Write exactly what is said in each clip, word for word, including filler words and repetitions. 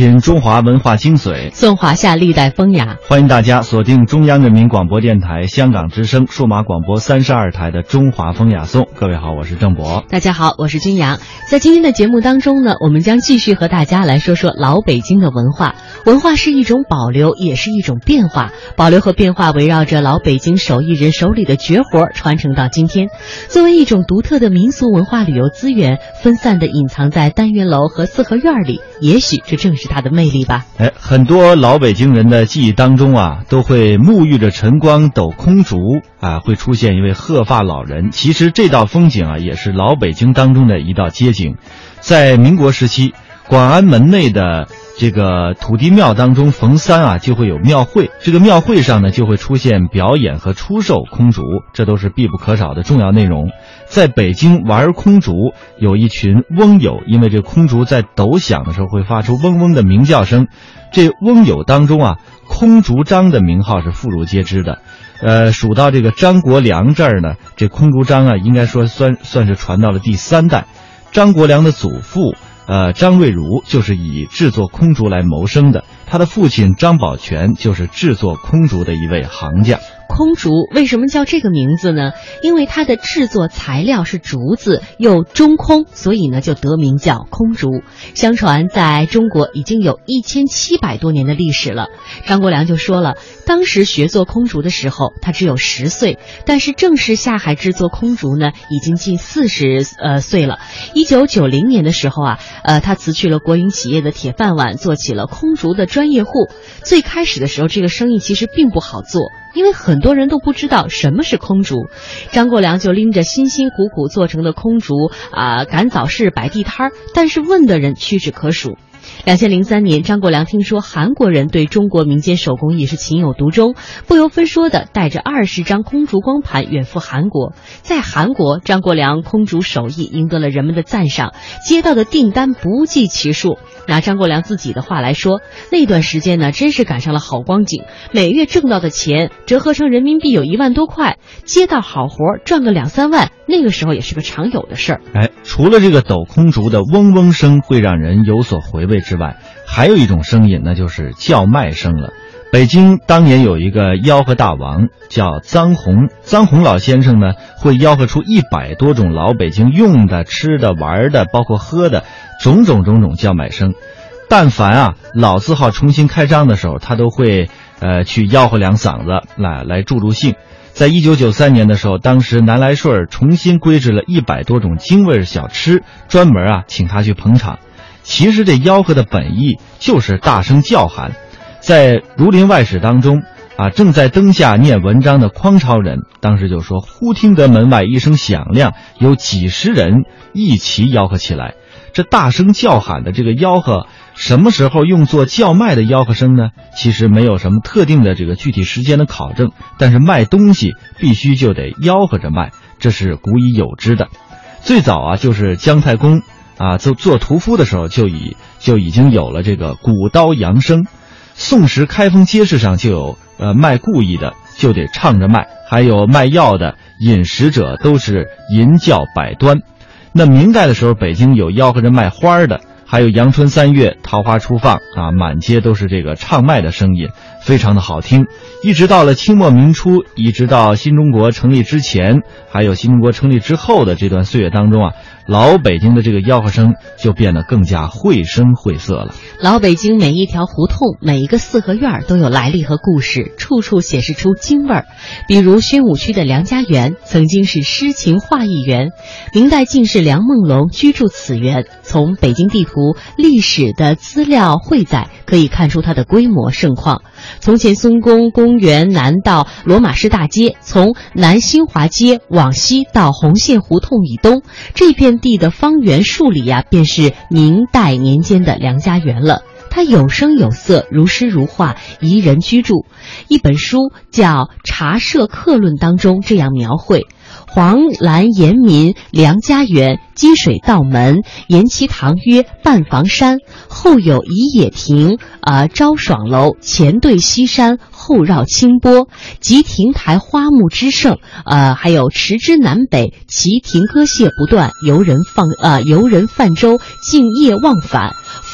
品中华文化精髓， 颂华夏历代风雅。 欢迎大家锁定中央人民广播电台香港之声数码广播三十二台的中华风雅颂。各位好，我是郑博。 大家好，我是君阳。在今天的节目当中呢，我们将继续和大家来说说老北京的文化。文化是一种保留，也是一种变化。保留和变化围绕着老北京手艺人手里的绝活传承到今天。作为一种独特的民俗文化旅游资源，分散的隐藏在单元楼和四合院里，也许这正是它的魅力吧。 哎，很多老北京人的记忆当中啊，都会沐浴着晨光抖空竹啊，会出现一位鹤发老人。其实这道风景啊，也是老北京当中的一道街景。在民国时期，广安门内的这个土地庙当中，逢三啊就会有庙会，这个庙会上呢就会出现表演和出售空竹，这都是必不可少的重要内容。在北京玩空竹有一群翁友，因为这空竹在抖响的时候会发出嗡嗡的鸣叫声，这翁友当中啊，空竹张的名号是妇孺皆知的。呃，数到这个张国良这儿呢，这空竹张啊，应该说算算是传到了第三代。张国良的祖父呃，张瑞如就是以制作空竹来谋生的，他的父亲张宝全就是制作空竹的一位行家。 空竹为什么叫这个名字呢？因为它的制作材料是竹子，又中空，所以呢就得名叫空竹。相传在中国已经有一千七百多年的历史了。张国良就说了，当时学做空竹的时候，他只有十岁，但是正式下海制作空竹呢，已经近四十呃岁了。一九九零年的时候啊，呃，他辞去了国营企业的铁饭碗，做起了空竹的专业户。最开始的时候，这个生意其实并不好做，因为很多人都不知道什么是空竹。张国良就拎着辛辛苦苦做成的空竹啊、呃，赶早市摆地摊儿，但是问的人屈指可数。两千零三年，张国良听说韩国人对中国民间手工艺是情有独钟，不由分说的带着二十张空竹光盘远赴韩国。在韩国，张国良空竹手艺赢得了人们的赞赏，接到的订单不计其数。拿张国良自己的话来说，那段时间呢，真是赶上了好光景，每月挣到的钱折合成人民币有一万多块，接到好活赚个两三万，那个时候也是个常有的事儿。 哎，除了这个抖空竹的嗡嗡声会让人有所回味之外，还有一种声音，那就是叫卖声了。北京当年有一个吆喝大王叫臧洪，臧洪老先生呢会吆喝出一百多种老北京用的、吃的、玩的，包括喝的种种种种叫卖声。但凡啊老字号重新开张的时候，他都会呃去吆喝两嗓子来来助助兴。在一九九三年的时候，当时南来顺重新规制了一百多种京味小吃，专门啊请他去捧场。其实这吆喝的本意就是大声叫喊。在《儒林外史》当中啊，正在灯下念文章的匡超人当时就说，忽听得门外一声响亮，有几十人一齐吆喝起来。这大声叫喊的这个吆喝什么时候用作叫卖的吆喝声呢？其实没有什么特定的这个具体时间的考证，但是卖东西必须就得吆喝着卖，这是古已有之的。最早啊就是姜太公啊做做屠夫的时候就已就已经有了这个鼓刀扬声。宋时开封街市上就有呃卖布艺的，就得唱着卖，还有卖药的、饮食者都是吟叫百端。那明代的时候，北京有吆喝着卖花的，还有阳春三月桃花初放啊，满街都是这个唱卖的声音，非常的好听。一直到了清末民初，一直到新中国成立之前，还有新中国成立之后的这段岁月当中啊，老北京的这个吆喝声就变得更加绘声绘色了。 老北京每一条胡同、每一个四合院都有来历和故事，处处显示出京味儿。比如宣武区的梁家园曾经是诗情画意园，明代进士梁梦龙居住此园。从北京地图历史的资料汇载可以看出它的规模盛况。从前松宫公园南到罗马市大街，从南新华街往西到红线胡同以东，这片地的方圆数里啊，便是明代年间的梁家园了。它有声有色，如诗如画，宜人居住。一本书叫《茶社客论》当中这样描绘：黄兰延民梁家园，积水道门，沿其堂曰半房山，后有怡野亭，呃招爽楼，前对西山，后绕清波，及亭台花木之盛，呃还有池之南北，其亭歌榭不断，游人放呃游人泛舟，径夜忘返。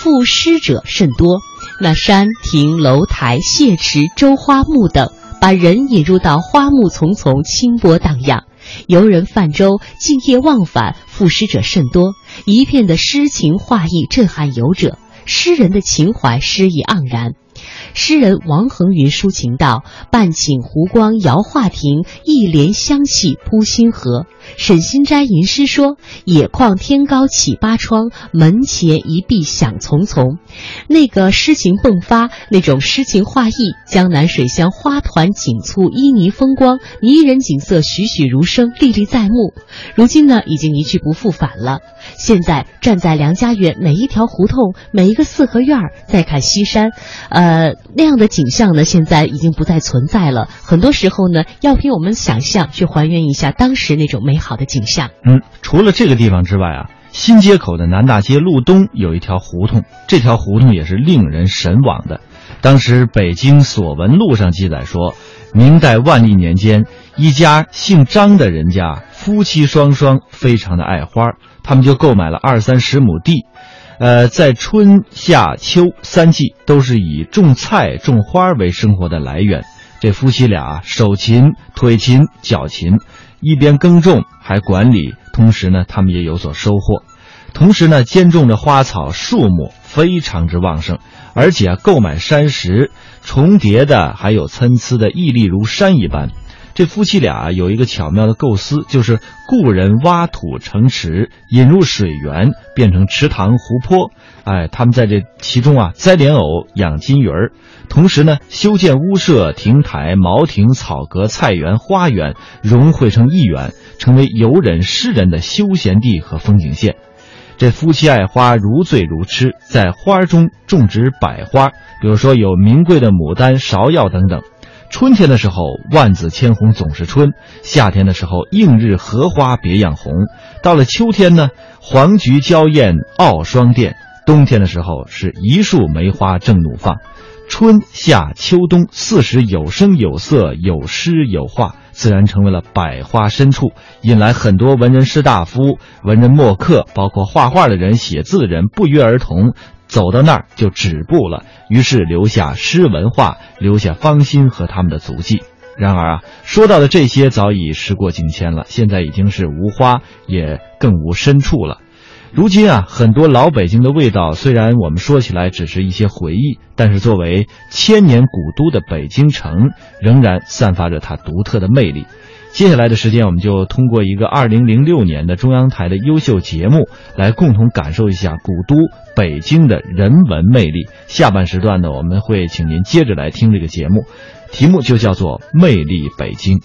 赋诗者甚多。那山亭楼台榭池周花木等，把人引入到花木丛丛，清波荡漾。游人泛舟，尽夜忘返，赋诗者甚多。一片的诗情画意震撼游者，诗人的情怀诗意盎然。诗人王衡云抒情道：半顷湖光摇画庭，一帘香气扑心河。沈心斋吟诗说：野旷天高起八窗，门前一壁响丛丛。那个诗情迸发，那种诗情画意，江南水乡花团锦簇，旖旎风光，迷人景色栩栩如生，历历在目。如今呢，已经一去不复返了。现在站在梁家园每一条胡同，每一个四合院，再看西山，呃那样的景象呢，现在已经不再存在了。很多时候呢，要凭我们想象去还原一下当时那种美好的景象。 嗯，除了这个地方之外啊，新街口的南大街路东有一条胡同，这条胡同也是令人神往的。当时北京所闻录上记载说，明代万历年间，一家姓张的人家夫妻双双非常的爱花，他们就购买了二三十亩地，呃，在春夏秋三季都是以种菜种花为生活的来源。这夫妻俩手勤腿勤脚勤，一边耕种还管理，同时呢他们也有所收获。同时呢兼种着花草树木非常之旺盛，而且啊购买山石重叠的还有参差的屹立如山一般。这夫妻俩有一个巧妙的构思，就是雇人挖土成池，引入水源，变成池塘湖泊。哎，他们在这其中啊栽莲藕养金鱼儿，同时呢修建屋舍亭台茅亭草阁菜园花园，融汇成一园，成为游人诗人的休闲地和风景线。这夫妻爱花如醉如痴，在花中种植百花，比如说有名贵的牡丹芍药等等。春天的时候万紫千红总是春，夏天的时候映日荷花别样红，到了秋天呢黄菊娇艳傲霜殿，冬天的时候是一树梅花正怒放。春夏秋冬四时有声有色有诗有画，自然成为了百花深处，引来很多文人士大夫文人墨客，包括画画的人写字的人不约而同走到那儿就止步了，于是留下诗文化，留下芳心和他们的足迹。然而啊，说到的这些早已时过境迁了，现在已经是无花也更无深处了。如今啊，很多老北京的味道虽然我们说起来只是一些回忆，但是作为千年古都的北京城仍然散发着它独特的魅力。接下来的时间，我们就通过一个二零零六年的中央台的优秀节目来共同感受一下古都北京的人文魅力。下半时段呢，我们会请您接着来听这个节目，题目就叫做《魅力北京》。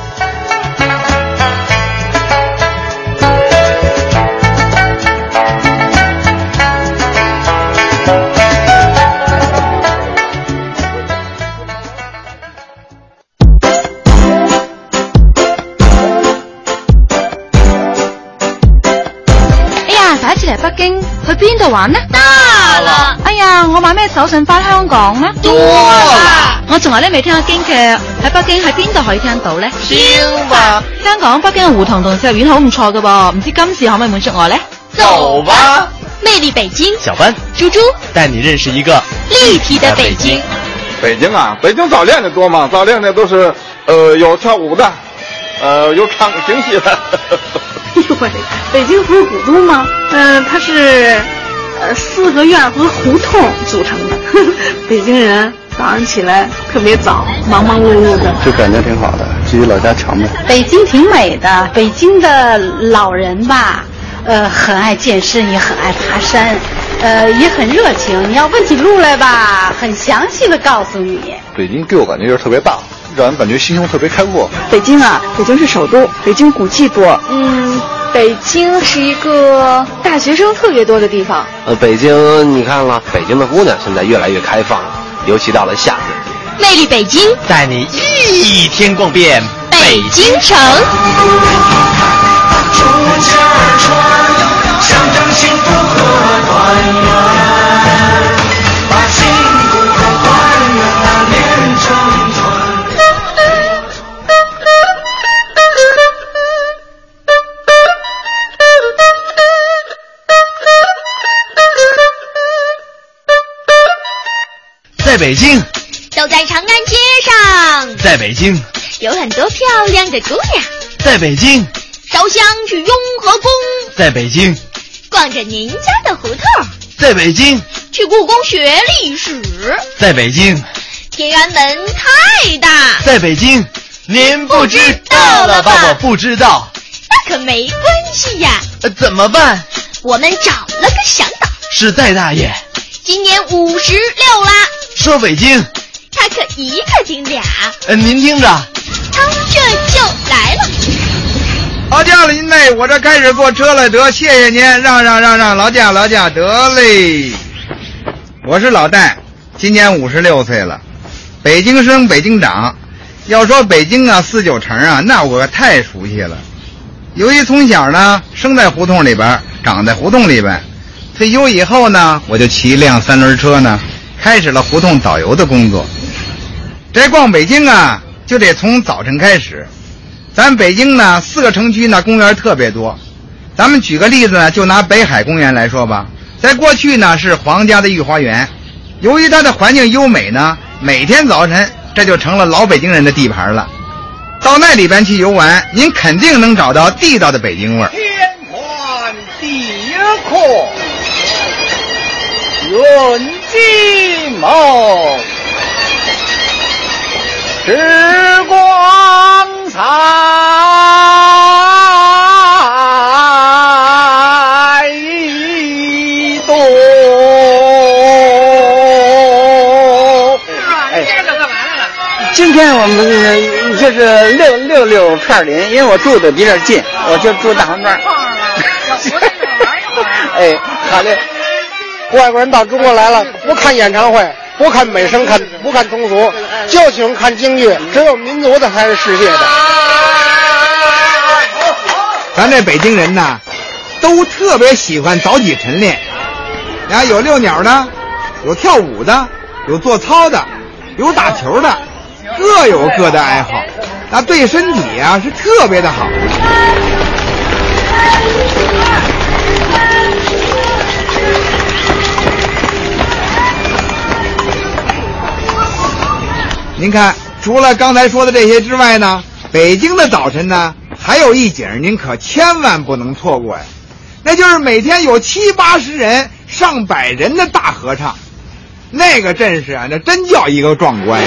嚟北京去邊度玩呢？ 大了！ 哎呀，我買咩手信翻香港呢？ 多啦！ 我從來都未聽過京劇，喺北京喺邊度可以聽到呢？ 聽吧！ 香港北京嘅胡同同四合院好唔錯㗎噃，唔知今次可唔可以滿足我呢？ 走吧！ 魅力北京， 小班、 猪豬帶你認識一個立體的北京。 北京啊，北京早戀的多嘛？早戀的都是，呃，有跳舞的，呃，有唱京戲的。 哎呦喂，北京不是古都吗？嗯、呃，它是呃四合院和胡同组成的。北京人早上起来特别早，忙忙碌碌的， 就感觉挺好的，距离老家强呗。 北京挺美的，北京的老人吧，呃，很爱健身，也很爱爬山，呃，也很热情。你要问起路来吧，很详细的告诉你。 北京给我感觉就是特别大，让人感觉心胸特别开阔。 北京啊，北京是首都，北京古迹多。嗯，北京是一个大学生特别多的地方。 呃，北京你看了，北京的姑娘现在越来越开放了，尤其到了夏天。 魅力北京， 带你一天逛遍北京城。 出街而穿，象征幸福和团圆，把幸福和团圆那连成串。 北京， 都在长安街上， 在北京有很多漂亮的姑娘， 在北京烧香去雍和宫， 在北京逛着您家的胡同， 在北京去故宫学历史， 在北京天安门太大， 在北京您不知道了吧？我不知道， 那可没关系呀。 呃，怎么办？ 我们找了个向导， 是戴大爷， 今年五十六啦。 说北京， 他可一个顶俩。 呃，您听着， 他这就来了。 劳驾了您嘞，我这开始坐车了，得谢谢您，让让让让，劳驾劳驾，得嘞。我是老戴，今年五十六岁了，北京生北京长。要说北京啊，四九城啊，那我太熟悉了。由于从小呢生在胡同里边，长在胡同里边，退休以后呢，我就骑一辆三轮车呢，开始了胡同导游的工作。这逛北京啊，就得从早晨开始。咱北京呢，四个城区呢，公园特别多。咱们举个例子呢，就拿北海公园来说吧，在过去呢是皇家的御花园，由于它的环境优美呢，每天早晨这就成了老北京人的地盘了。到那里边去游玩，您肯定能找到地道的北京味儿。 天环地一阔，云际茂，时光彩多。 哎，这个干嘛来了？ 今天我们这是溜溜溜片林，因为我住的比较近，我就住大红庄。哎，好嘞。 外国人到中国来了，不看演唱会，不看美声，看不看通俗，就喜欢看京剧。只有民族的才是世界的。 咱这北京人呐，都特别喜欢早起晨练。啊，有遛鸟的，有跳舞的，有做操的，有打球的，各有各的爱好，那对身体啊是特别的好。您看，除了刚才说的这些之外呢，北京的早晨呢，还有一景您可千万不能错过呀，那就是每天有七八十人、上百人的大合唱，那个阵势啊，那真叫一个壮观呀！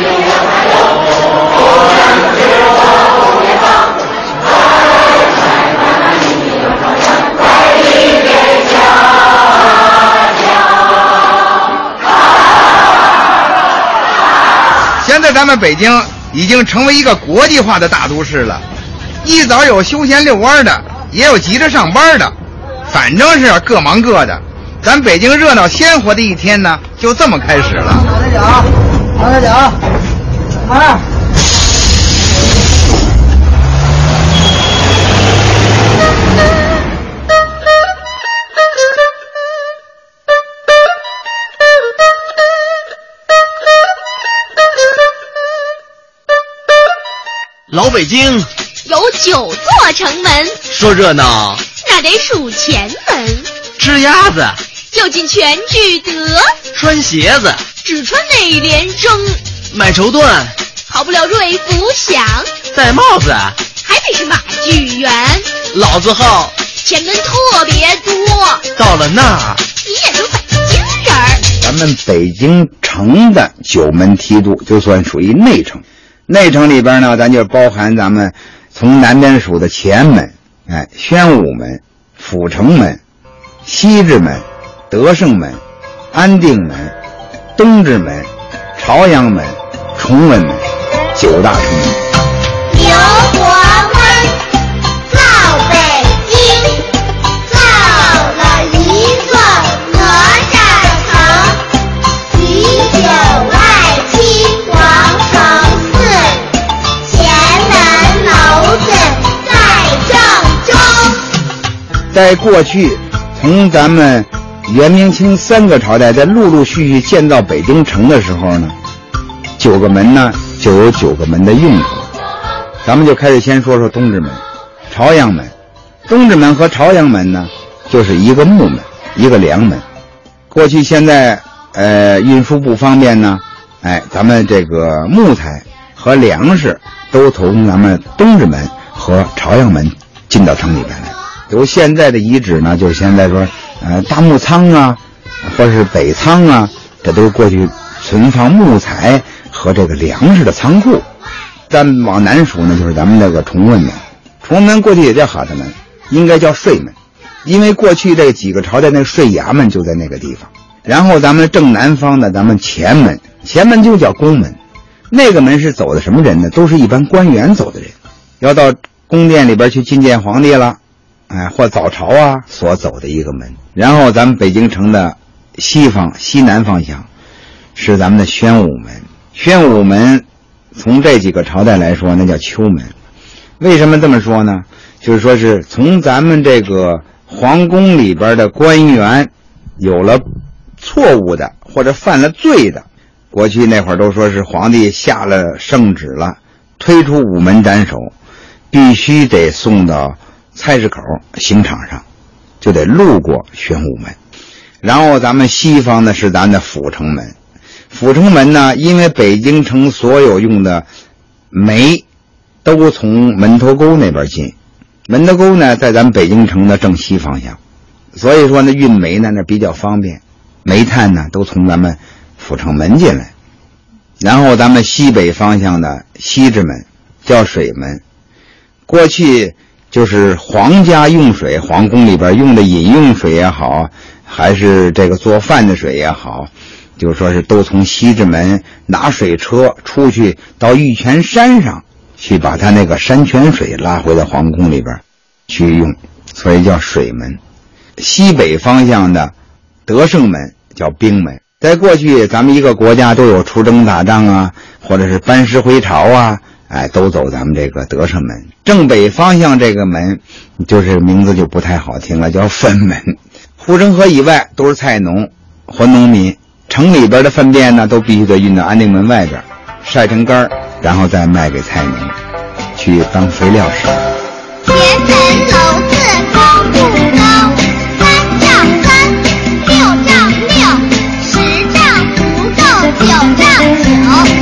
现在咱们北京已经成为一个国际化的大都市了，一早有休闲遛弯的，也有急着上班的，反正是各忙各的。咱北京热闹鲜活的一天呢，就这么开始了。往下讲，往下讲，二。 老北京有九座城门， 说热闹那得数前门。 吃鸭子就近全聚德， 穿鞋子只穿内联征， 买绸缎好不了瑞福祥， 戴帽子还得是马聚园。 老字号前门特别多， 到了那儿你也成北京人儿。 咱们北京城的九门梯度就算属于内城。内城里边呢，咱就包含咱们从南边数的前门，哎，宣武门、阜成门、西直门、德胜门、安定门、东直门、朝阳门、崇文门，九大城门。 牛活湾，造北京，造了一座哪吒城，许久外戚皇城寺，前门楼子在正中。 在过去，从咱们元明清三个朝代在陆陆续续建造北京城的时候呢，九个门呢就有九个门的用处。咱们就开始先说说东直门、朝阳门。东直门和朝阳门呢，就是一个木门，一个梁门。过去现在呃运输不方便呢， 哎，咱们这个木材和粮食都从咱们东直门和朝阳门进到城里边来。由现在的遗址呢，就是现在说，呃，大木仓啊，或者是北仓啊，这都是过去存放木材和这个粮食的仓库。咱往南数呢，就是咱们这个崇文门。崇文门过去也叫哈特门，应该叫税门，因为过去这几个朝代那个税衙门就在那个地方。然后咱们正南方的咱们前门，前门就叫宫门，那个门是走的什么人呢？都是一般官员走的人，要到宫殿里边去觐见皇帝了，哎，或早朝啊所走的一个门。然后咱们北京城的西方西南方向是咱们的宣武门，宣武门从这几个朝代来说那叫秋门。为什么这么说呢？就是说是从咱们这个皇宫里边的官员有了错误的或者犯了罪的，过去那会儿都说是皇帝下了圣旨了，推出午门斩首，必须得送到菜市口刑场上，就得路过宣武门。然后咱们西方呢是咱的阜成门，阜成门呢，因为北京城所有用的煤都从门头沟那边进，门头沟呢在咱们北京城的正西方向，所以说呢运煤呢那比较方便，煤炭呢都从咱们阜成门进来。然后咱们西北方向的西直门叫水门，过去就是皇家用水，皇宫里边用的饮用水也好，还是这个做饭的水也好，就是说是都从西直门拿水车出去到玉泉山上去，把它那个山泉水拉回到皇宫里边去用，所以叫水门。西北方向的德胜门叫兵门。在过去咱们一个国家都有出征打仗啊，或者是班师回朝啊，哎，都走咱们这个德胜门。正北方向这个门就是名字就不太好听了，叫粪门。护城河以外都是菜农或农民，城里边的粪便呢都必须得运到安定门外边晒成干，然后再卖给菜农去当肥料使。 前门楼字高不高？三丈三，六丈六，十丈不够，九丈九。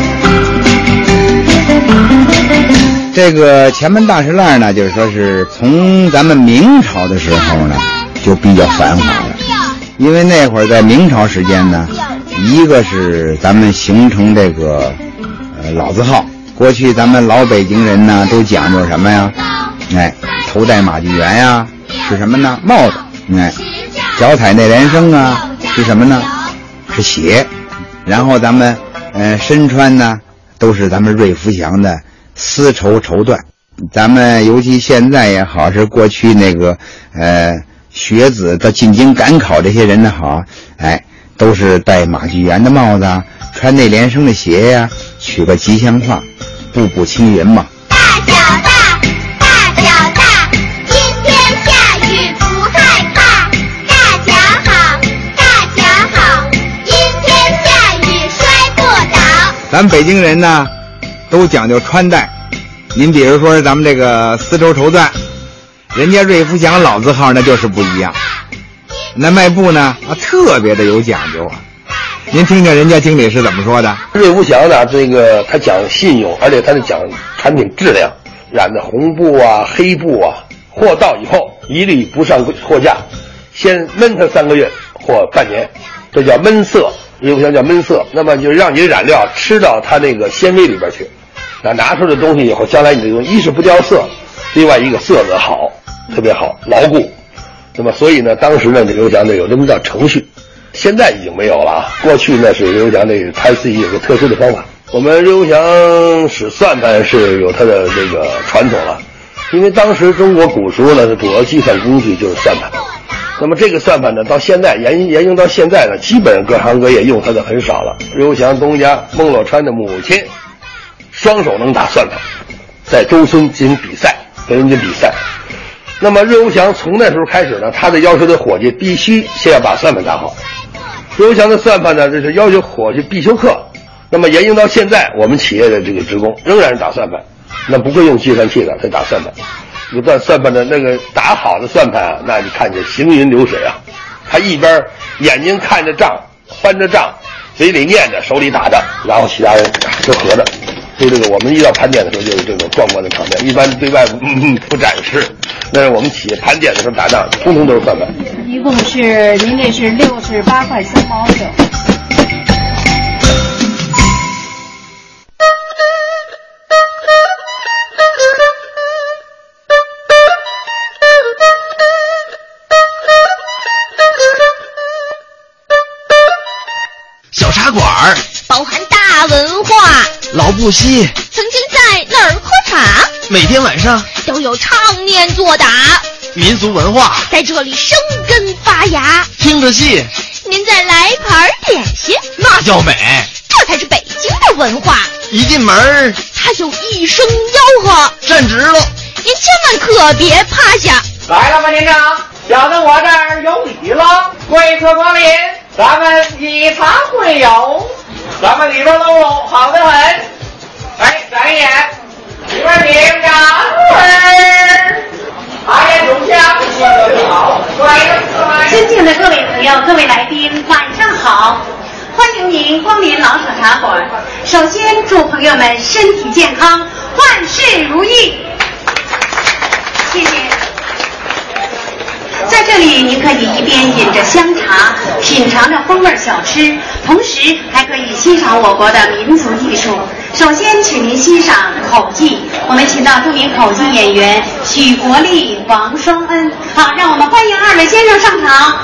这个前门大石栏呢，就是说是从咱们明朝的时候呢就比较繁华了，因为那会儿在明朝时间呢，一个是咱们形成这个呃老字号，过去咱们老北京人呢都讲究什么呀？哎，头戴马具圆呀，是什么呢？帽子。哎，脚踩内联升啊，是什么呢？是鞋。然后咱们呃身穿呢都是咱们瑞福祥的丝绸绸缎。咱们尤其现在也好，是过去那个呃学子到进京赶考这些人呢好，哎，都是戴马具圆的帽子啊，穿内联升的鞋呀、啊，取个吉祥话，步步青云嘛。 大脚大，大脚大，今天下雨不害怕。大脚好，大脚好，今天下雨摔不倒。 咱们北京人呢都讲究穿戴，您比如说咱们这个丝绸绸缎，人家瑞福祥老字号那就是不一样，那卖布呢啊特别的有讲究啊。您听听人家经理是怎么说的？ 瑞福祥呢，这个他讲信用，而且他是讲产品质量，染的红布啊、黑布啊，货到以后一律不上货架，先焖它三个月或半年，这叫焖色。瑞福祥叫焖色，那么就让你的染料吃到它那个纤维里边去。那拿出的东西以后，将来你的东西一是不掉色，另外一个色泽好，特别好，牢固。那么所以呢，当时呢，这瑞福祥呢有这么道程序，现在已经没有了啊。过去呢是瑞福祥这他自己有个特殊的方法。我们瑞福祥使算盘是有它的这个传统了，因为当时中国古时候呢，主要计算工具就是算盘。那么这个算盘呢，到现在沿沿用到现在呢，基本上各行各业用它的很少了。瑞福祥东家孟洛川的母亲双手能打算盘，在周村进行比赛，跟人家比赛。那么瑞福祥从那时候开始呢，他的要求的伙计必须先要把算盘打好。瑞福祥的算盘呢，这是要求伙计必修课。那么沿用到现在，我们企业的这个职工仍然是打算盘，那不会用计算器的，他打算盘。有段算盘的那个打好的算盘啊，那你看见行云流水啊，他一边眼睛看着账，翻着账， 嘴里念着，手里打着，然后其他人就合着。所以这个我们遇到盘点的时候，就是这种壮观的场面，一般对外嗯不展示。但是我们企业盘点的时候打仗，通通都是算盘。 一共是您这是六十八块三毛九。 小茶馆儿包含大文化， 老布希曾经在那儿喝茶， 每天晚上都有唱念做打， 民俗文化在这里生根发芽。 听着戏， 您再来盘点心， 那叫美， 这才是北京的文化。 一进门儿它就一声吆喝， 站直了， 您千万可别趴下。 来了，马先生，小的我这儿有礼了，贵客光临，咱们以茶会友，咱们里边喽喽好得很。哎，转一眼，里边请掌柜，茶叶煮香，好， 尊敬的各位朋友、各位来宾，晚上好！欢迎您光临老舍茶馆。首先祝朋友们身体健康，万事如意。谢谢。在这里，您可以一边饮着香茶，品尝着风味小吃，同时还可以欣赏我国的民族艺术。首先，请您欣赏口技，我们请到著名口技演员许国立、王双恩。好，让我们欢迎二位先生上场。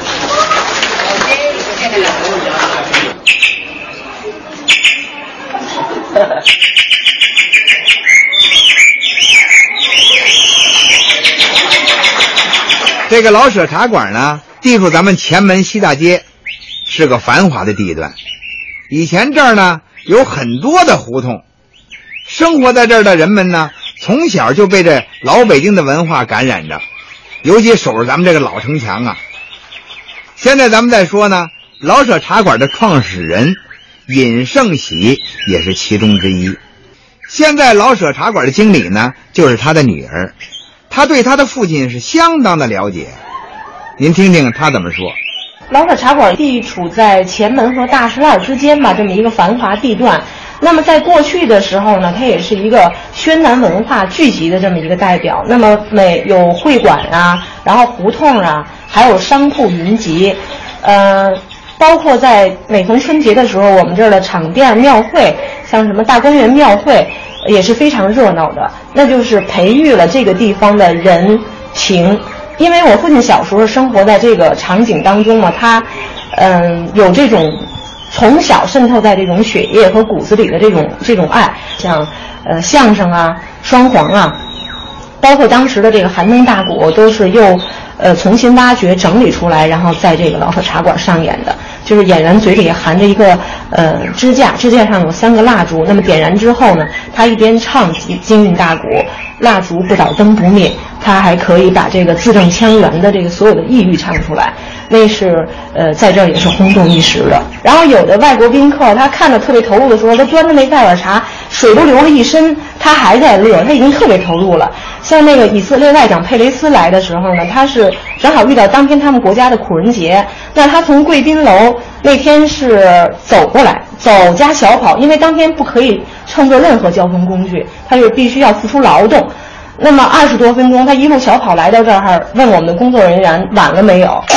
这个老舍茶馆呢，地处咱们前门西大街，是个繁华的地段。以前这儿呢有很多的胡同，生活在这儿的人们呢，从小就被这老北京的文化感染着，尤其守着咱们这个老城墙啊。现在咱们再说呢，老舍茶馆的创始人尹胜喜也是其中之一。现在老舍茶馆的经理呢，就是他的女儿。他对他的父亲是相当的了解，您听听他怎么说。 老舍茶馆地处在前门和大石栏之间吧，这么一个繁华地段。那么在过去的时候呢，它也是一个宣南文化聚集的这么一个代表。那么每有会馆啊，然后胡同啊，还有商铺云集，呃，包括在每逢春节的时候，我们这儿的场店庙会，像什么大观园庙会，也是非常热闹的。那就是培育了这个地方的人情。因为我父亲小时候生活在这个场景当中嘛，他嗯有这种从小渗透在这种血液和骨子里的这种这种爱，像呃相声啊、双簧啊，包括当时的这个寒灯大鼓，都是又呃重新挖掘整理出来，然后在这个老舍茶馆上演的。就是演员嘴里含着一个呃支架，支架上有三个蜡烛，那么点燃之后呢，他一边唱京韵大鼓，蜡烛不倒灯不灭，他还可以把这个字正腔圆的这个所有的意喻唱出来，那是呃在这儿也是轰动一时的。然后有的外国宾客他看着特别投入的时候，他端着那盖碗茶，水都流了一身，他还在乐，他已经特别投入了。像那个以色列外长佩雷斯来的时候呢，他是正好遇到当天他们国家的苦人节，那他从贵宾楼那天是走过来，走加小跑，因为当天不可以乘坐任何交通工具，他就必须要付出劳动。那么二十多分钟，他一路小跑来到这儿，问我们的工作人员晚了没有。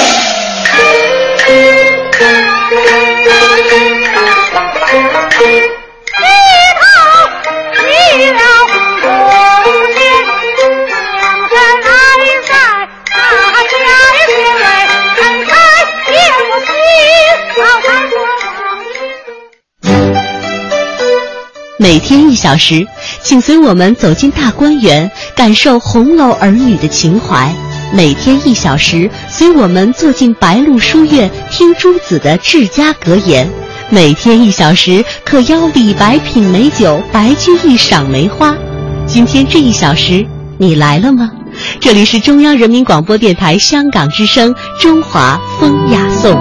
每天一小时，请随我们走进大观园，感受红楼儿女的情怀。每天一小时，随我们坐进白鹿书院，听朱子的治家格言。每天一小时，可邀李白品美酒，白居易赏梅花。今天这一小时，你来了吗？这里是中央人民广播电台香港之声中华风雅颂。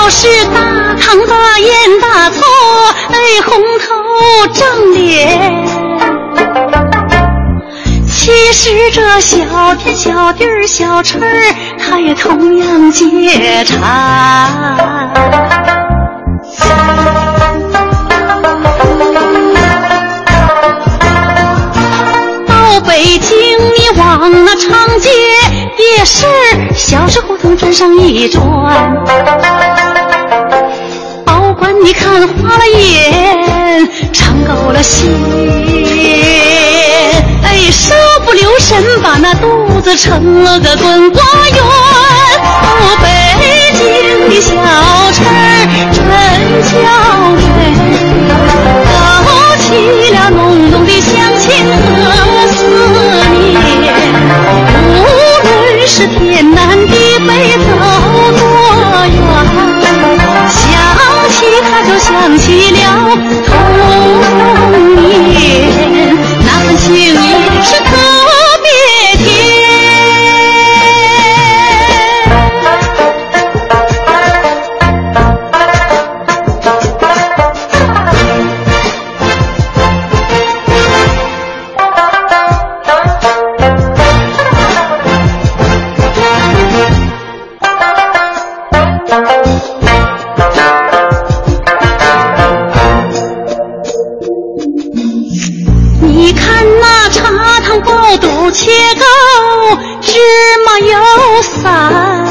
就是大堂大烟大错，哎，红头正脸。其实这小天小地儿小吃儿，它也同样解馋。到北京你往那长街夜市小吃胡同转上一转，保管你看花了眼，尝够了鲜，哎，稍不留神把那肚子盛了个滚瓜圆。哦，北京的小吃真叫美，勾起了浓浓的乡情和思念。无论是天南地北走多远，想起它就想起了童年，那份情谊是特别甜。你看那茶汤爆肚切糕，芝麻油散，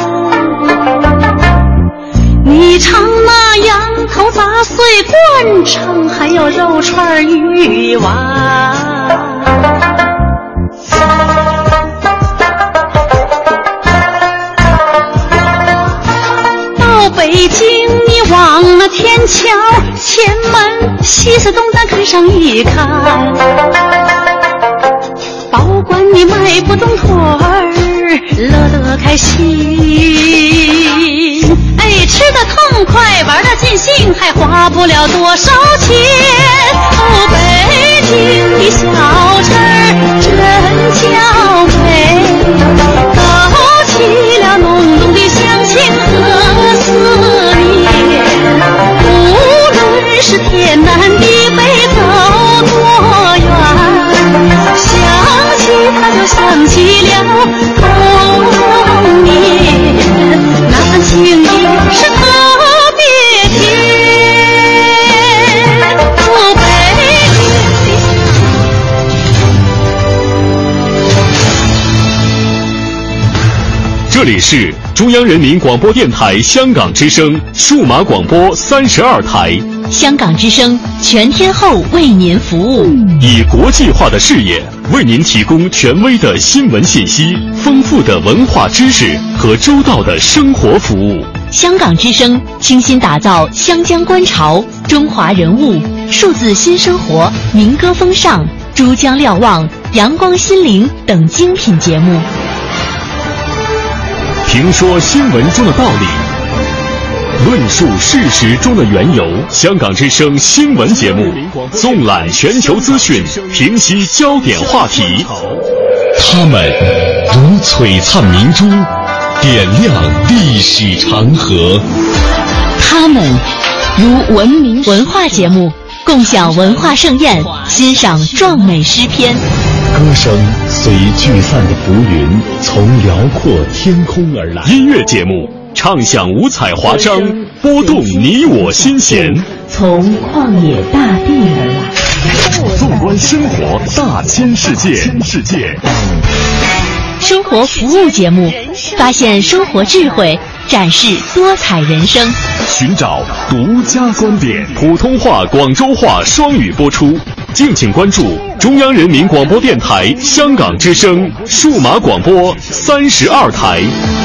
你尝那羊头杂碎灌肠，还有肉串鱼丸。到北京你往那天桥前门西四东单看上一看，保管你迈不动腿儿，乐得开心，哎，吃得痛快，玩得尽兴，还花不了多少钱。哦，北京的小吃真叫美，勾起了浓浓的乡情和思念。无论是天南地北走多远，想起它就想起了童年，那份情谊是特别甜。哦，北京。这里是中央人民广播电台香港之声数码广播三十二台。 香港之声全天候为您服务， 以国际化的视野为您提供权威的新闻信息、丰富的文化知识和周到的生活服务。 香港之声倾心打造湘江观潮、中华人物、数字新生活、民歌风尚、珠江瞭望、阳光心灵等精品节目， 评说新闻中的道理，论述事实中的缘由。香港之声新闻节目纵览全球资讯，平息焦点话题。他们如璀璨明珠，点亮历史长河。 他们如文明文化节目，共享文化盛宴，欣赏壮美诗篇。 歌声随聚散的浮云，从辽阔天空而来。音乐节目畅享五彩华章，拨动你我心弦， 从旷野大地而来。 纵观生活大千世界，世界生活服务节目，发现生活智慧，展示多彩人生， 寻找独家观点。普通话、广州话双语播出。敬请关注中央人民广播电台香港之声数码广播三十二台。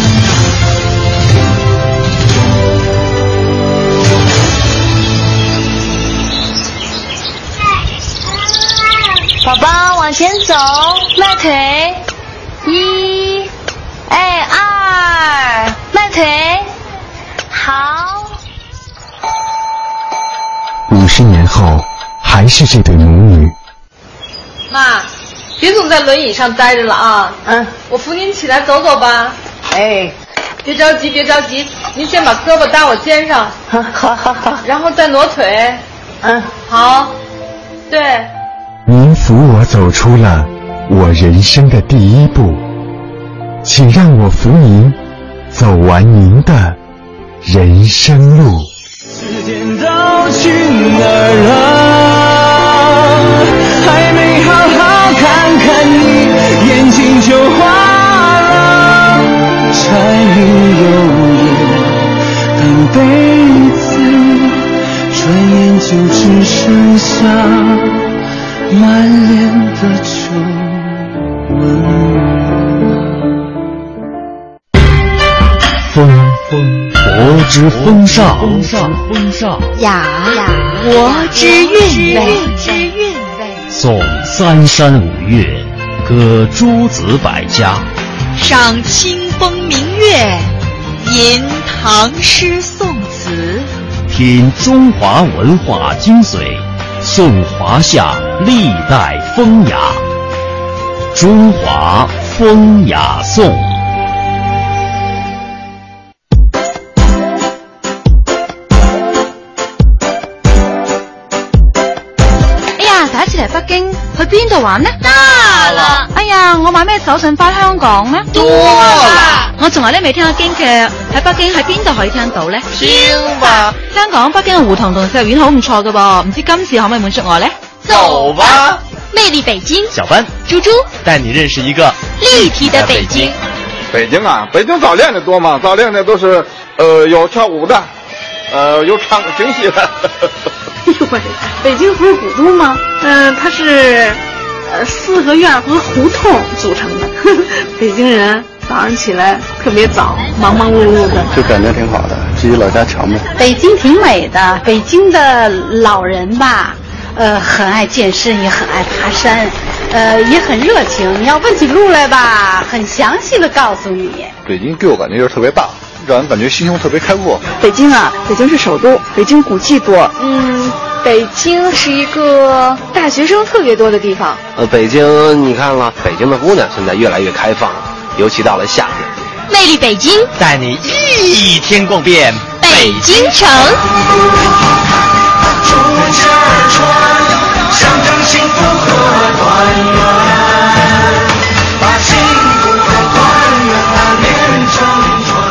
宝宝往前走，迈腿，一，哎，二，迈腿，好。 五十年后，还是这对母女。 妈，别总在轮椅上待着了啊！嗯，我扶您起来走走吧。 哎， 别着急，别着急，您先把胳膊搭我肩上， 好好好， 然后再挪腿。 嗯， 好，对。 您扶我走出了我人生的第一步，请让我扶您走完您的人生路。 时间都去哪儿了？还没好好看看你，眼睛就花了。柴米油盐半辈子，转眼就只剩下满脸的皱纹。 风风国之风尚， 风尚风尚雅国之韵味，之韵味。 诵三山五岳，歌诸子百家， 赏清风明月，吟唐诗宋词， 品中华文化精髓，颂华夏历代风雅。中华风雅颂。 第一次嚟北京，去邊度玩呢？ 大啦！ 哎呀，我買咩手信翻香港呢？ 多啦！ 我從來都未聽過京劇，喺北京喺邊度可以聽到呢？ 聽吧！ 香港北京嘅胡同同四合院好唔錯㗎噃，唔知今次可唔可以滿足我呢？ 走吧！魅力北京， 小班、 豬豬帶你認識一個立體的北京。 北京啊，北京早戀的多嘛？早戀的都是，呃，有跳舞的，呃，有唱京戲的。 哎呦喂，北京不是古都吗？嗯、呃，它是呃四合院和胡同组成的。呵呵，北京人早上起来特别早，忙忙碌碌的， 就感觉挺好的，自己老家强呗。 北京挺美的，北京的老人吧，呃，很爱健身，也很爱爬山，呃，也很热情。你要问起路来吧，很详细的告诉你。 北京给我感觉就是特别大，让人感觉心胸特别开阔。 北京啊，北京是首都，北京古迹多。嗯，北京是一个大学生特别多的地方。 呃，北京你看了，北京的姑娘现在越来越开放了，尤其到了夏天。 魅力北京， 带你一天逛遍北京城。 出家穿，象征幸福和团圆，把幸福和团圆啊连成串。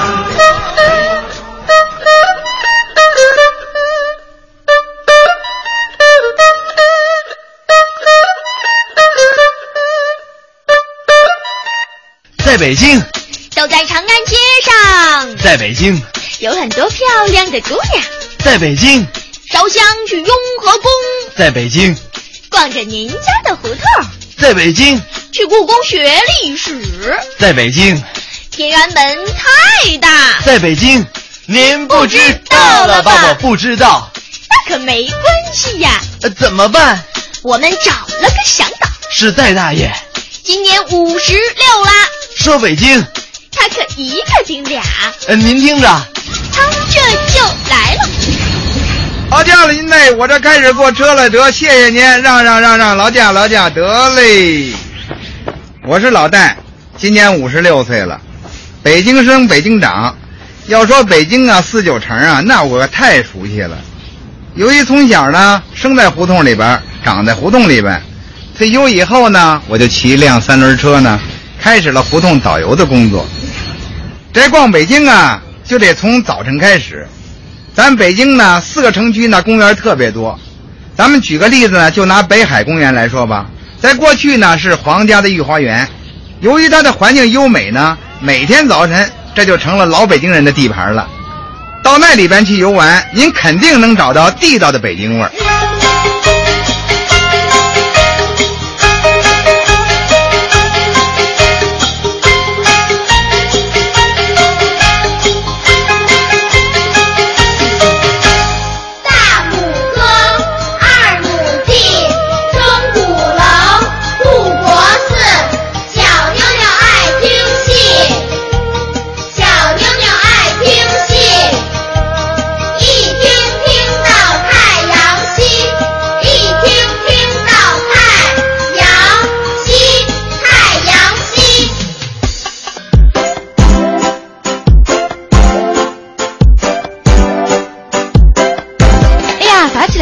在北京， 走在长安街上， 在北京有很多漂亮的姑娘， 在北京烧香去雍和宫， 在北京逛着您家的胡同， 在北京去故宫学历史， 在北京天安门太大， 在北京您不知道了吧？我不知道， 那可没关系呀。 呃，怎么办？ 我们找了个向导， 是戴大爷， 今年五十六啦。 说北京， 他可一个顶俩。 呃，您听着， 他这就来了。 好家伙，您嘞，我这开始过车了，得谢谢您，让让让让，劳驾劳驾，得嘞。我是老戴，今年五十六岁了，北京生北京长。要说北京啊，四九城啊，那我太熟悉了。由于从小呢生在胡同里边，长在胡同里边，退休以后呢，我就骑一辆三轮车呢，开始了胡同导游的工作。这逛北京啊，就得从早晨开始。咱北京呢，四个城区呢，公园特别多。咱们举个例子呢，就拿北海公园来说吧，在过去呢是皇家的御花园，由于它的环境优美呢，每天早晨这就成了老北京人的地盘了。到那里边去游玩，您肯定能找到地道的北京味儿。 一听听到太阳西。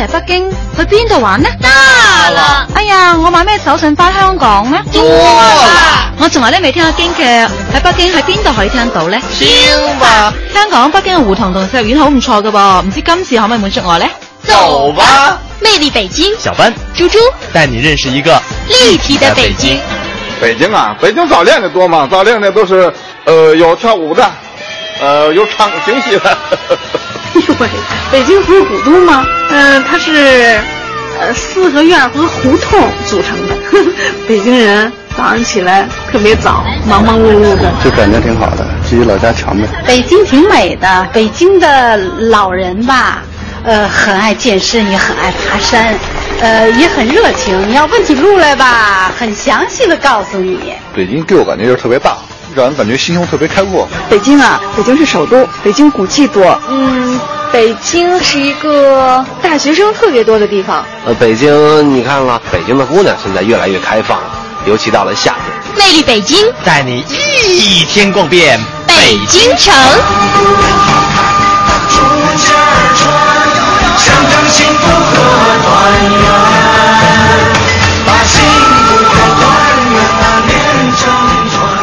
嚟北京，去邊度玩呢？ 大了！ 哎呀，我買咩手信翻香港呢？ 多啦！ 我從來都未聽過京劇，喺北京喺邊度可以聽到呢？ 聽吧！ 香港北京嘅胡同同石園好唔錯㗎噃，唔知今次可唔可以滿足我呢？ 走吧！ 魅力北京， 小班、 豬豬帶你認識一個立體的北京。 北京啊，北京早練的多嘛，早練的都是，呃，有跳舞的，呃，有唱京戲的。 哎呦喂，北京不是古都吗？嗯、呃，它是，呃，四合院和胡同组成的。北京人早上起来特别早，忙忙碌碌的， 就感觉挺好的，比老家强呗。 北京挺美的，北京的老人吧，呃，很爱健身，也很爱爬山，呃，也很热情。你要问起路来吧，很详细的告诉你。 北京给我感觉就是特别大，让人感觉心胸特别开阔。 北京啊，北京是首都，北京古迹多。 嗯，北京是一个大学生特别多的地方。 呃，北京你看了，北京的姑娘现在越来越开放了，尤其到了夏天。 魅力北京， 带你一天逛遍北京城。 象征幸福和团圆，把幸福和团圆啊连成串。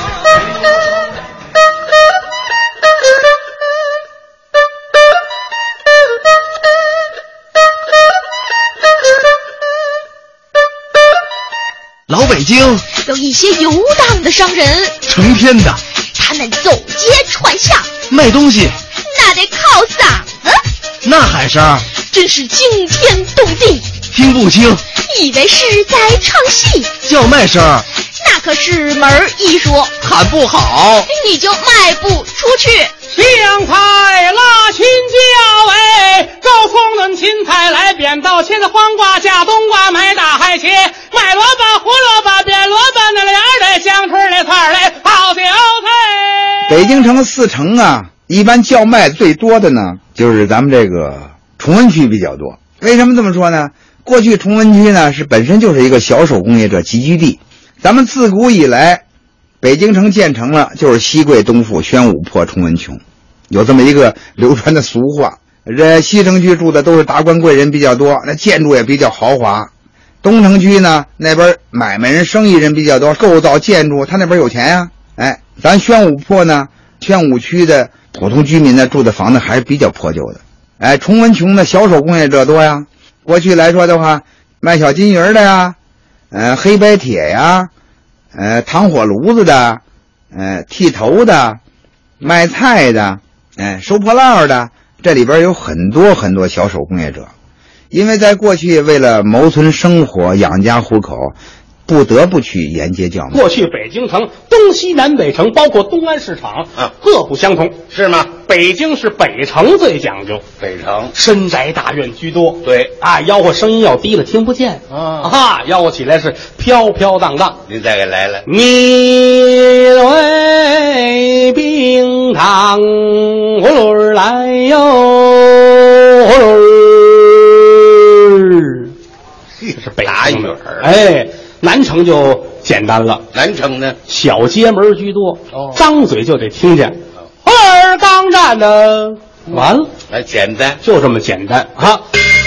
老北京有一些游荡的商人， 成天的， 他们走街串巷卖东西， 那得靠嗓子。 呐喊声真是惊天动地， 听不清， 以为是在唱戏。 叫卖声那可是门艺术， 喊不好你就卖不出去。 香菜辣青椒哎，高葱嫩芹菜来扁豆，切的黄瓜加冬瓜，买大海切，卖萝卜胡萝卜变萝卜，那脸儿的香椿的菜嘞，好韭菜。 北京城四城啊，一般叫卖最多的呢，就是咱们这个崇文区比较多。为什么这么说呢？过去崇文区呢是本身就是一个小手工业者集聚地，咱们自古以来，北京城建成了就是西贵东富，宣武破崇文穷，有这么一个流传的俗话。这西城区住的都是达官贵人比较多，那建筑也比较豪华。东城区呢，那边买卖人生意人比较多，构造建筑他那边有钱呀、啊。哎，咱宣武破呢，宣武区的普通居民呢住的房子还是比较破旧的。哎，崇文穷的小手工业者多呀。过去来说的话，卖小金鱼的呀，呃，黑白铁呀，呃，糖火炉子的，呃，剃头的，卖菜的，哎，收破烂的，这里边有很多很多小手工业者。因为在过去为了谋存生活养家糊口，不得不去沿街叫卖。 过去北京城东西南北城包括东安市场啊，各不相同，是吗？北京是北城最讲究， 北城深宅大院居多， 对啊，吆喝声音要低了听不见啊，啊，吆喝起来是飘飘荡荡。 您再给来来， 米为冰糖葫芦来哟，葫芦，这是北城的哎。南城就简单了， 南城呢小街门居多，哦，张嘴就得听见，二刚站的，完了， 来简单， 就这么简单啊。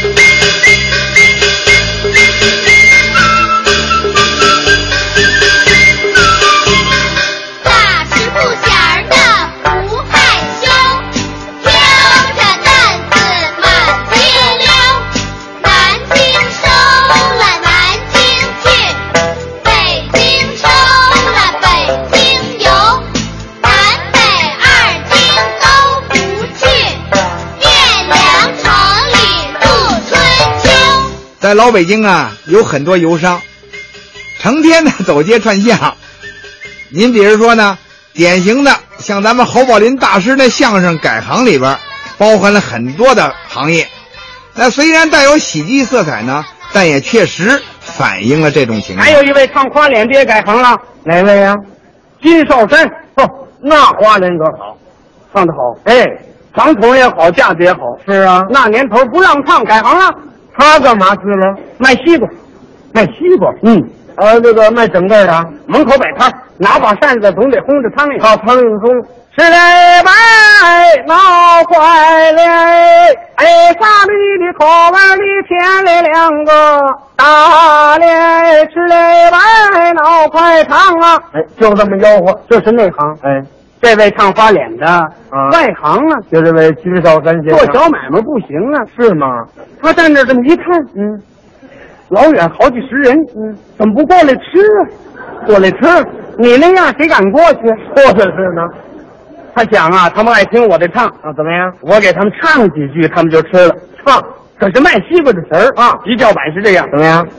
在老北京啊，有很多游商，成天的走街串巷。您比如说呢，典型的像咱们侯宝林大师那相声改行里边，包含了很多的行业。那虽然带有喜剧色彩呢，但也确实反映了这种情况。 还有一位唱花脸的也改行了，哪位呀、啊？金少山。哦，那花脸可好，唱得好。哎，长筒也好，架子也好。是啊，那年头不让唱，改行了。他干嘛去了？卖西瓜，卖西瓜。嗯， 呃，这个卖整个的，门口摆摊，拿把扇子总得轰着苍蝇。好，苍蝇轰。吃嘞白闹坏了，哎，沙里的口碗里添了两个大嘞，吃嘞白闹快唱啊！哎，就这么吆喝，这是内行。哎，这位唱花脸的，啊、外行啊，就这位居少三先生，做小买卖不行啊，是吗？他站这这么一看，嗯，老远好几十人，嗯，怎么不过来吃啊？过来吃，你那样谁敢过去？或者是呢？他想啊，他们爱听我的唱啊，怎么样？我给他们唱几句，他们就吃了。唱可是卖西瓜的词儿啊，一叫板是这样，怎么样？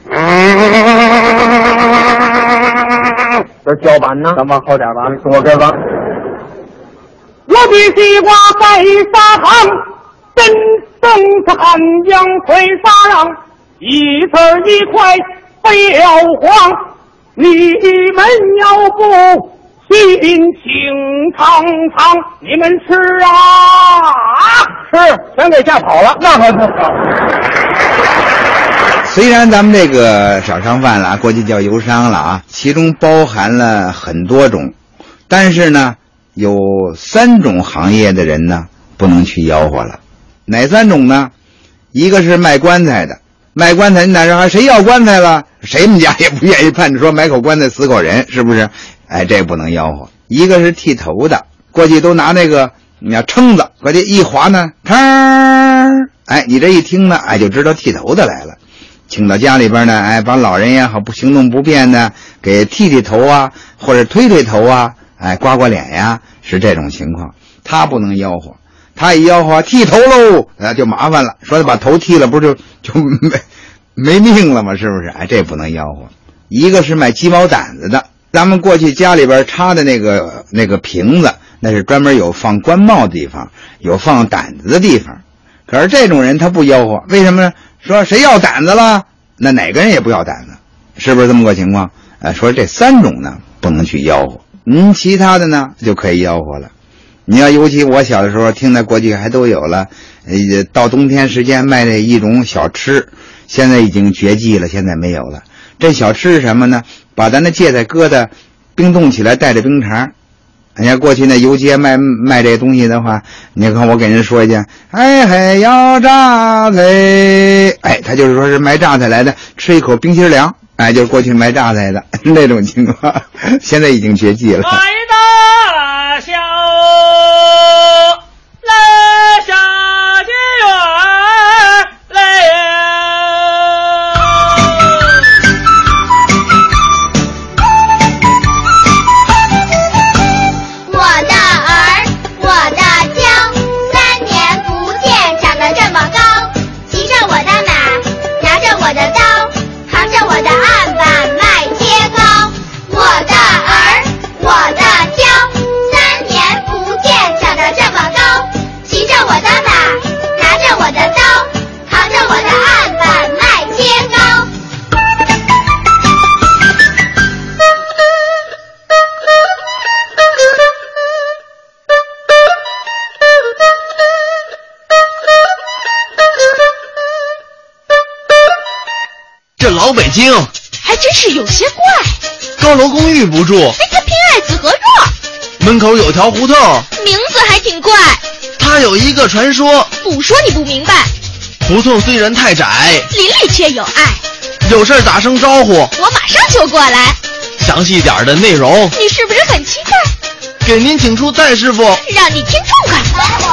这叫板呢？咱往后点吧，说这吧。我的西瓜在沙塘，真正是汉阳推沙让，一字一块非要黄，你们要不心情长长，你们吃啊吃，全给吓跑了，那可不好。 虽然咱们这个小商贩了，过去叫油商了啊，其中包含了很多种，但是呢，有三种行业的人呢不能去吆喝了。哪三种呢？一个是卖棺材的，卖棺材，你哪说谁要棺材了？谁们家也不愿意盼着说买口棺材死口人，是不是？哎，这不能吆喝。一个是剃头的，过去都拿那个你要撑子，过去一划呢，嘡，哎，你这一听呢，哎，就知道剃头的来了。请到家里边呢，哎，把老人也好，不行动不便的，给剃剃头啊，或者推推头啊，哎，刮刮脸呀，是这种情况。他不能吆喝，他一吆喝剃头喽，那就麻烦了。说他把头剃了，不是就就没没命了吗？是不是？哎，这不能吆喝。一个是卖鸡毛掸子的。咱们过去家里边插的那个那个瓶子，那是专门有放官帽的地方，有放掸子的地方。可是这种人他不吆喝，为什么呢？说谁要掸子了，那哪个人也不要掸子，是不是这么个情况？呃，说这三种呢不能去吆喝，嗯，其他的呢就可以吆喝了。你要尤其我小的时候听的，过去还都有了，呃，到冬天时间卖的一种小吃，现在已经绝迹了，现在没有了。这小吃是什么呢？把咱的芥菜疙瘩冰冻起来，带着冰碴。人家过去那游街卖卖这东西的话，你看我给人说一句，哎嘿要榨菜，哎，他就是说是卖榨菜来的，吃一口冰心凉，哎，就是过去卖榨菜的那种情况，现在已经绝迹了。 来大小来下街园来老北京还真是有些怪， 高楼公寓不住， 哎，他偏爱紫河弱， 门口有条胡同， 名字还挺怪。 他有一个传说， 不说你不明白。 胡同虽然太窄， 邻里却有爱。 有事打声招呼， 我马上就过来。 详细点的内容， 你是不是很期待？ 给您请出戴师傅， 让你听痛快。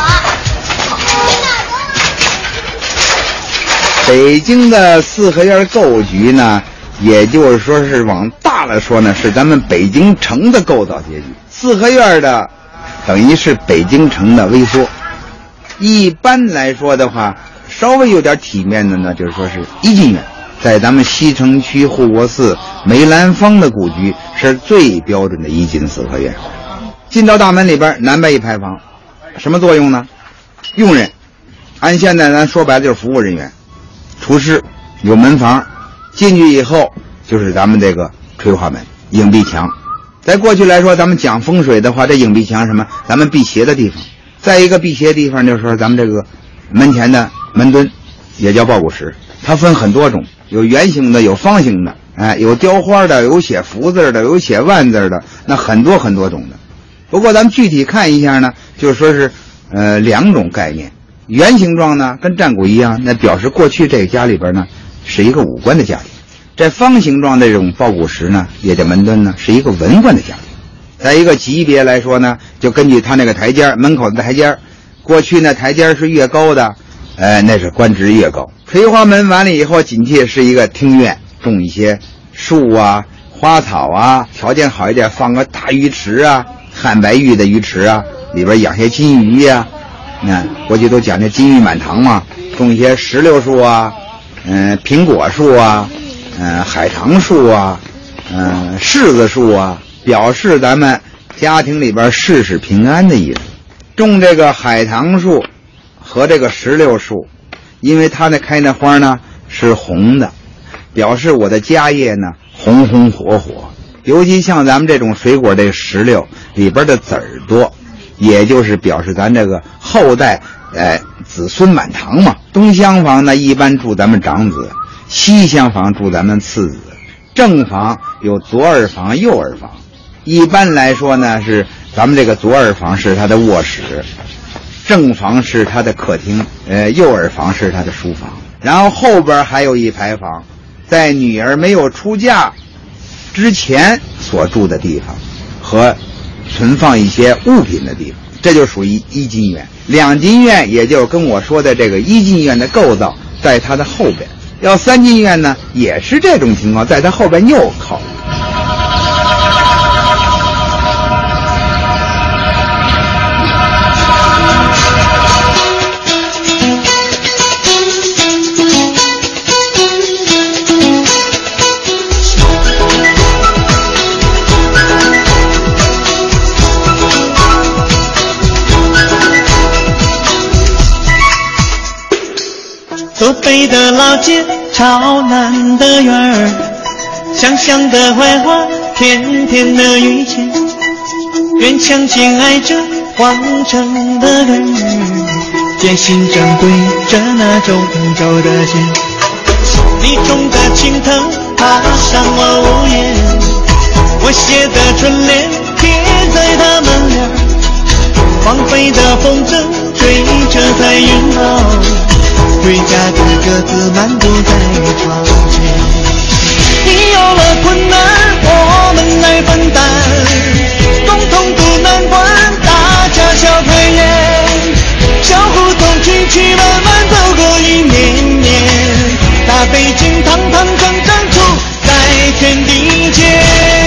北京的四合院构局呢，也就是说是往大了说呢，是咱们北京城的构造结局。四合院的等于是北京城的微缩。一般来说的话，稍微有点体面的呢，就是说是一进院，在咱们西城区护国寺梅兰芳的故居是最标准的一进四合院。进到大门里边，南北一排房，什么作用呢？佣人，按现在咱说白了就是服务人员。厨师有门房，进去以后就是咱们这个垂花门、影壁墙。在过去来说，咱们讲风水的话，这影壁墙什么？咱们辟邪的地方。再一个辟邪的地方就是说咱们这个门前的门墩，也叫抱鼓石，它分很多种，有圆形的，有方形的， 哎，有雕花的，有写福字的，有写万字的，那很多很多种的。不过咱们具体看一下呢，就是说是呃两种概念。圆形状呢，跟战鼓一样，那表示过去这个家里边呢是一个武官的家庭。这方形状的这种抱鼓石呢，也叫门墩呢，是一个文官的家庭。在一个级别来说呢，就根据他那个台阶，门口的台阶，过去呢台阶是越高的，呃，那是官职越高。垂花门完了以后，紧接着是一个庭院，种一些树啊、花草啊，条件好一点，放个大鱼池啊，汉白玉的鱼池啊，里边养些金鱼呀、啊。你看，过去都讲这金玉满堂嘛，种一些石榴树啊，嗯、呃，苹果树啊，嗯、呃，海棠树啊，嗯、呃，柿子树啊，表示咱们家庭里边事事平安的意思。种这个海棠树和这个石榴树，因为它那开那花呢是红的，表示我的家业呢红红火火。尤其像咱们这种水果，这个石榴里边的籽儿多，也就是表示咱这个后代呃子孙满堂嘛。东厢房呢一般住咱们长子，西厢房住咱们次子，正房有左耳房右耳房。一般来说呢是咱们这个左耳房是他的卧室，正房是他的客厅，呃右耳房是他的书房。然后后边还有一排房，在女儿没有出嫁之前所住的地方和存放一些物品的地方，这就属于一进院。两进院也就是跟我说的这个一进院的构造在它的后边。要三进院呢也是这种情况，在它后边又靠。 左北的老街，朝南的院儿，香香的槐花，甜甜的榆钱，院墙紧挨着皇城的人儿，渐行正对着那中州的街。你种的青藤爬上我屋檐，我写的春联贴在他门帘，荒废的风筝追着彩云跑，回家的鸽子漫步在窗前。你有了困难我们来分担，共同渡难关，大家笑团圆，小胡同曲曲慢慢走过一年年，大北京堂堂正正处在天地间。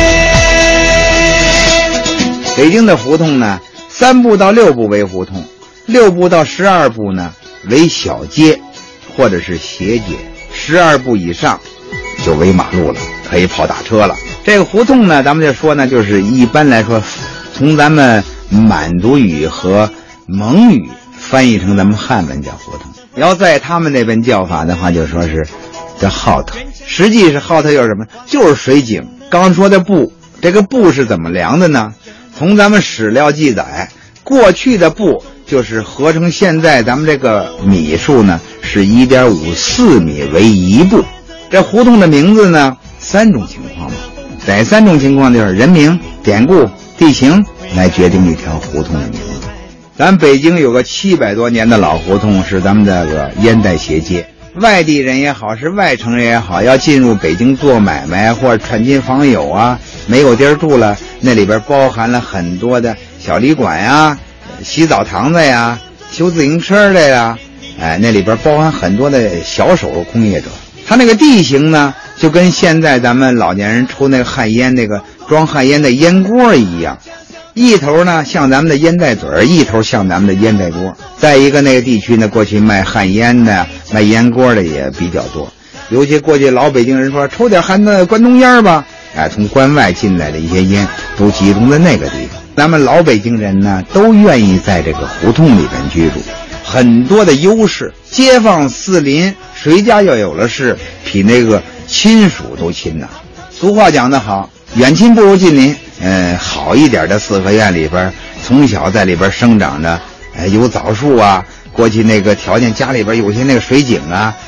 北京的胡同呢，三步到六步为胡同，六步到十二步呢为小街或者是斜街，十二步以上就为马路了，可以跑打车了。这个胡同呢，咱们就说呢，就是一般来说从咱们满族语和蒙语翻译成咱们汉文叫胡同，要在他们那边叫法的话就说是叫号头。实际是号头有什么，就是水井。刚说的步，这个步是怎么量的呢？从咱们史料记载，过去的步就是合成现在咱们这个米数呢是 一点五四 米为一步。这胡同的名字呢三种情况嘛，哪三种情况？就是人名、典故、地形来决定一条胡同的名字。咱北京有个七百多年的老胡同，是咱们这个烟袋斜街。外地人也好，是外城人也好，要进入北京做买卖或者串亲访友啊，没有地儿住了，那里边包含了很多的小旅馆呀、洗澡堂子呀、修自行车的呀，哎，那里边包含很多的小手工业者。它那个地形呢，就跟现在咱们老年人抽那个旱烟那个装旱烟的烟锅一样，一头呢像咱们的烟袋嘴，一头像咱们的烟袋锅。再一个那个地区呢，过去卖旱烟的、卖烟锅的也比较多，尤其过去老北京人说抽点旱的关东烟吧，哎，从关外进来的一些烟都集中在那个地方。咱们老北京人呢，都愿意在这个胡同里边居住，很多的优势，街坊四邻，谁家要有了事，比那个亲属都亲呐。俗话讲得好，远亲不如近邻。呃，好一点的四合院里边，从小在里边生长着，呃，有枣树啊。过去那个条件，家里边有些那个水井啊，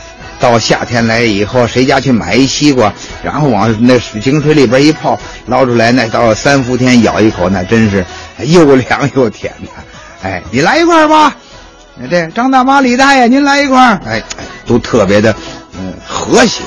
到夏天来以后，谁家去买一西瓜，然后往那井水里边一泡，捞出来，那到三伏天咬一口，那真是又凉又甜的。哎，你来一块吧。这张大妈、李大爷，您来一块。哎，都特别的嗯和谐。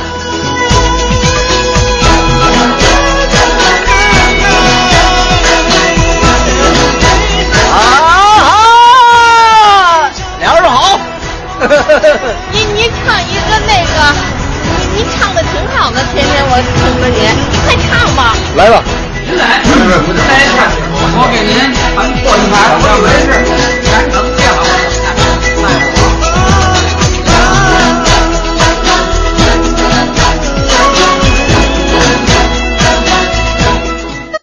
你你唱一个那个，你你唱的挺好的，天天我听着你，你快唱吧。 来吧。